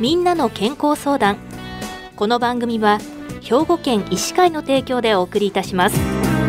みんなの健康相談。この番組は兵庫県医師会の提供でお送りいたします。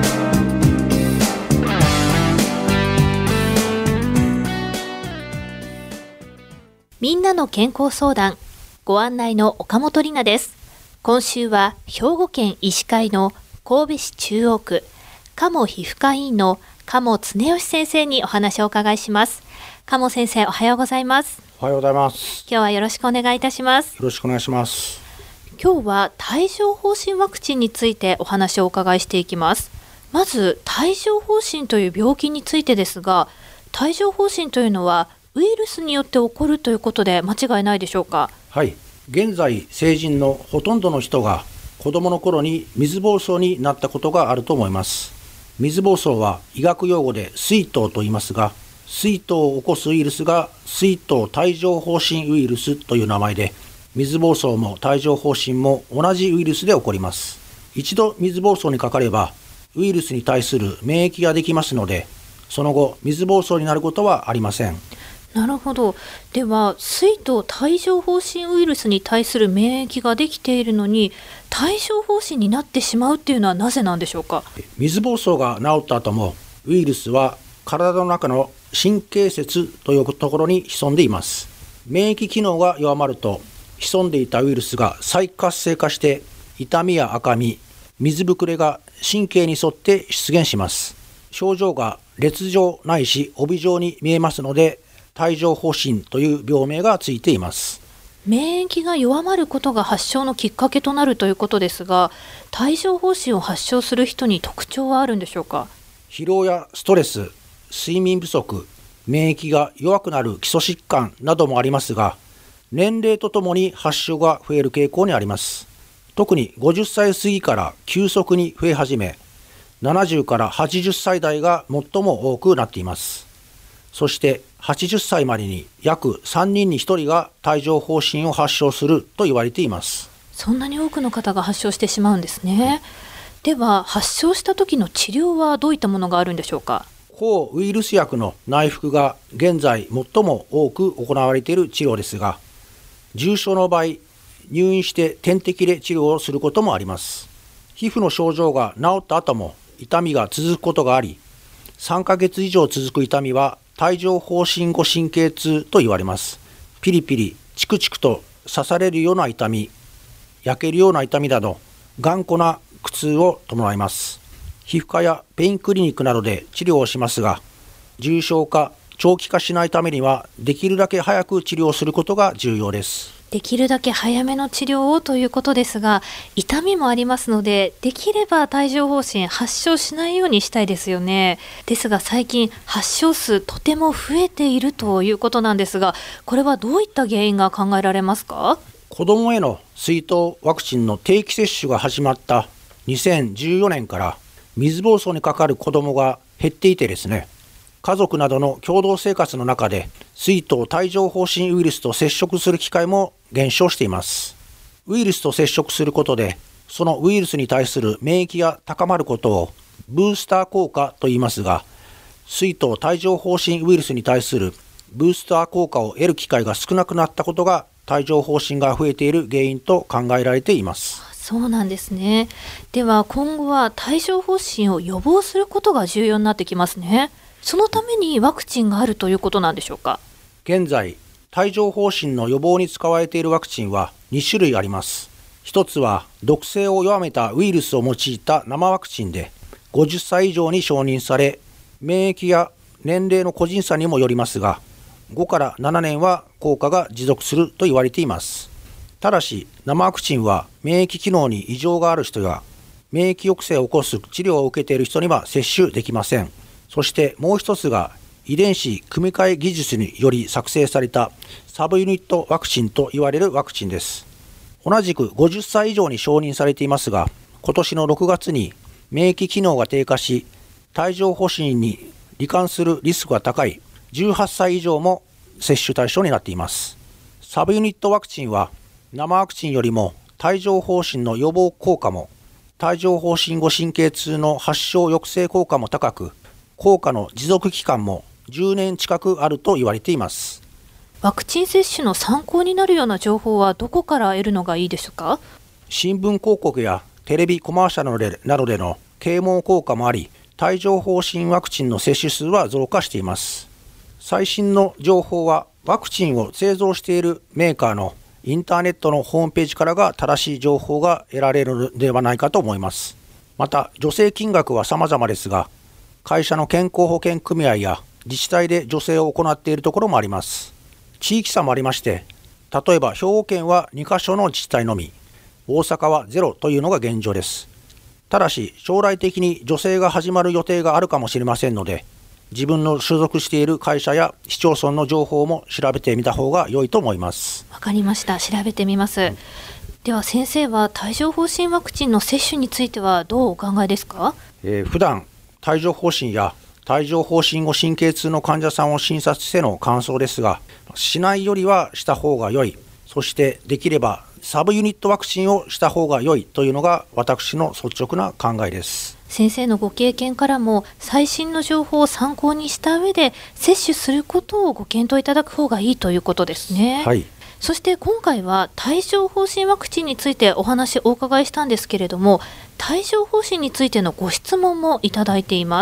みんなの健康相談、ご案内の岡本里奈です。今週は兵庫県医師会の神戸市中央区鴨皮膚科医院の鴨恒義先生にお話をお伺いします。鴨先生、おはようございます。 おはようございます。 今日はよろしくお願いいたします。 よろしくお願いします。 今日は帯状疱疹ワクチンについてお話をお伺いしていきます。まず帯状疱疹という病気についてですが、帯状疱疹というのはウイルスによって起こるということで間違いないでしょうか？ はい、現在成人のほとんどの人が子どもの頃に水疱瘡になったことがあると思います。水疱瘡は医学用語で水痘と言いますが、水痘を起こすウイルスが水痘帯状疱疹ウイルスという名前で、水疱瘡も帯状疱疹も同じウイルスで起こります。一度水疱瘡にかかればウイルスに対する免疫ができますので、その後水疱瘡になることはありません。 なるほど。では水痘帯状疱疹ウイルスに対する免疫ができているのに帯状疱疹になってしまうっていうのはなぜなんでしょうか？ 水疱瘡が治った後もウイルスは体の中の神経節というところに潜んでいます。免疫機能が弱まると潜んでいたウイルスが再活性化して痛みや赤み、水ぶくれが神経に沿って出現します。症状が裂状ないし帯状に見えますので、帯状疱疹という病名がついています。 免疫が弱まることが発症のきっかけとなるということですが、帯状疱疹を発症する人に特徴はあるんでしょうか？ 疲労やストレス、睡眠不足、免疫が弱くなる基礎疾患などもありますが、年齢とともに発症が増える傾向にあります。特に50歳過ぎから急速に増え始め、70から80歳代が最も多くなっています。そして80歳までに約3人に1人が帯状疱疹を発症すると言われています。 そんなに多くの方が発症してしまうんですね。では発症した時の治療はどういったものがあるんでしょうか？ 抗ウイルス薬の内服が現在最も多く行われている治療ですが、重症の場合入院して点滴で治療をすることもあります。皮膚の症状が治った後も痛みが続くことがあり、3ヶ月以上続く痛みは帯状疱疹後神経痛と言われます。ピリピリ、チクチクと刺されるような痛み、焼けるような痛みなど頑固な苦痛を伴います。皮膚科やペインクリニックなどで治療をしますが、重症化、長期化しないためにはできるだけ早く治療することが重要です。 できるだけ早めの治療をということですが、痛みもありますので、できれば帯状疱疹発症しないようにしたいですよね。ですが最近発症数とても増えているということなんですが、これはどういった原因が考えられますか？ 子どもへの水痘ワクチンの定期接種が始まった2014年から水疱瘡にかかる子どもが減っていてですね、家族などの共同生活の中で水痘帯状疱疹ウイルスと接触する機会も減少しています。ウイルスと接触することでそのウイルスに対する免疫が高まることをブースター効果と言いますが、水痘帯状疱疹ウイルスに対するブースター効果を得る機会が少なくなったことが帯状疱疹が増えている原因と考えられています。 そうなんですね。では今後は帯状疱疹を予防することが重要になってきますね。そのためにワクチンがあるということなんでしょうか？ 現在帯状疱疹の予防に使われているワクチンは2種類あります。一つは毒性を弱めたウイルスを用いた生ワクチンで50歳以上に承認され、免疫や年齢の個人差にもよりますが5から7年は効果が持続すると言われています。ただし生ワクチンは免疫機能に異常がある人や免疫抑制を起こす治療を受けている人には接種できません。そしてもう一つが遺伝子組み換え技術により作成されたサブユニットワクチンと言われるワクチンです。同じく50歳以上に承認されていますが、今年の6月に免疫機能が低下し帯状疱疹に罹患するリスクが高い18歳以上も接種対象になっています。サブユニットワクチンは生ワクチンよりも帯状疱疹の予防効果も帯状疱疹後神経痛の発症抑制効果も高く、効果の持続期間も10年近くあると言われています。 ワクチン接種の参考になるような情報はどこから得るのがいいでしょうか？ 新聞広告やテレビコマーシャルなどでの啓蒙効果もあり、帯状疱疹ワクチンの接種数は増加しています。最新の情報はワクチンを製造しているメーカーのインターネットのホームページからが正しい情報が得られるのではないかと思います。また助成金額は様々ですが、会社の健康保険組合や自治体で助成を行っているところもあります。地域差もありまして、例えば兵庫県は2カ所の自治体のみ、大阪はゼロというのが現状です。ただし将来的に助成が始まる予定があるかもしれませんので、自分の所属している会社や市町村の情報も調べてみた方が良いと思います。 わかりました。調べてみます。では先生は帯状疱疹ワクチンの接種についてはどうお考えですか？ 普段帯状疱疹や帯状疱疹後神経痛の患者さんを診察しての感想ですが、しないよりはした方が良い、そしてできればサブユニットワクチンをした方が良いというのが私の率直な考えです。 先生のご経験からも最新の情報を参考にした上で接種することをご検討いただく方がいいということですね。 はい。 そして今回は帯状疱疹ワクチンについてお話をお伺いしたんですけれども、帯状疱疹についてのご質問もいただいています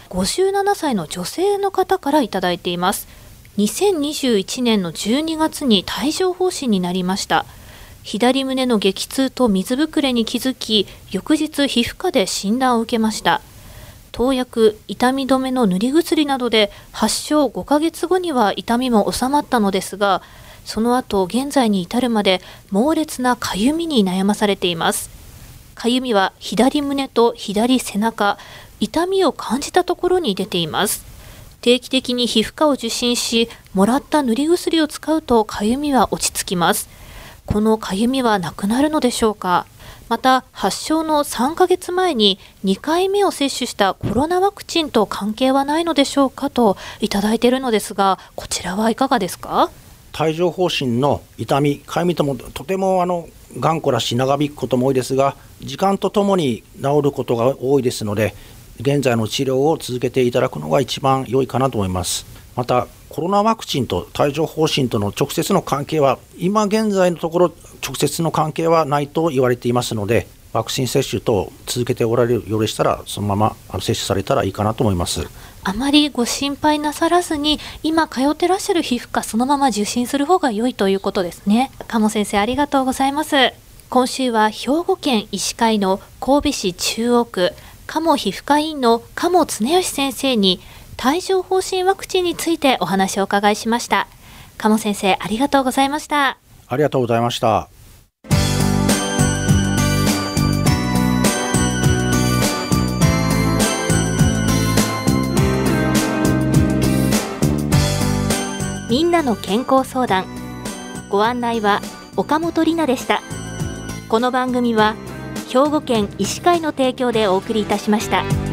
。57歳の女性の方からいただいています。2021年の12月に帯状疱疹になりました。左胸の激痛と水ぶくれに気づき、翌日皮膚科で診断を受けました。投薬、痛み止めの塗り薬などで発症5ヶ月後には痛みも収まったのですが、その後現在に至るまで猛烈なかゆみに悩まされています。かゆみは左胸と左背中、痛みを感じたところに出ています。定期的に皮膚科を受診し、もらった塗り薬を使うとかゆみは落ち着きます。このかゆみはなくなるのでしょうか？また発症の3ヶ月前に2回目を接種したコロナワクチンと関係はないのでしょうかといただいているのですが、こちらはいかがですか？ 帯状疱疹の痛み、かゆみともとても頑固だし長引くことも多いですが、時間とともに治ることが多いですので、現在の治療を続けていただくのが一番良いかなと思います。またコロナワクチンと帯状疱疹との直接の関係は今現在のところ直接の関係はないと言われていますので、ワクチン接種等続けておられるようでしたらそのまま接種されたらいいかなと思います。 あまりご心配なさらずに、今通ってらっしゃる皮膚科そのまま受診する方が良いということですね。鴨先生ありがとうございます。今週は兵庫県医師会の神戸市中央区鴨皮膚科医院の鴨恒義先生に帯状疱疹ワクチンについてお話をお伺いしました。鴨先生ありがとうございました。 ありがとうございました。 みんなの健康相談、ご案内は岡本里奈でした。この番組は兵庫県医師会の提供でお送りいたしました。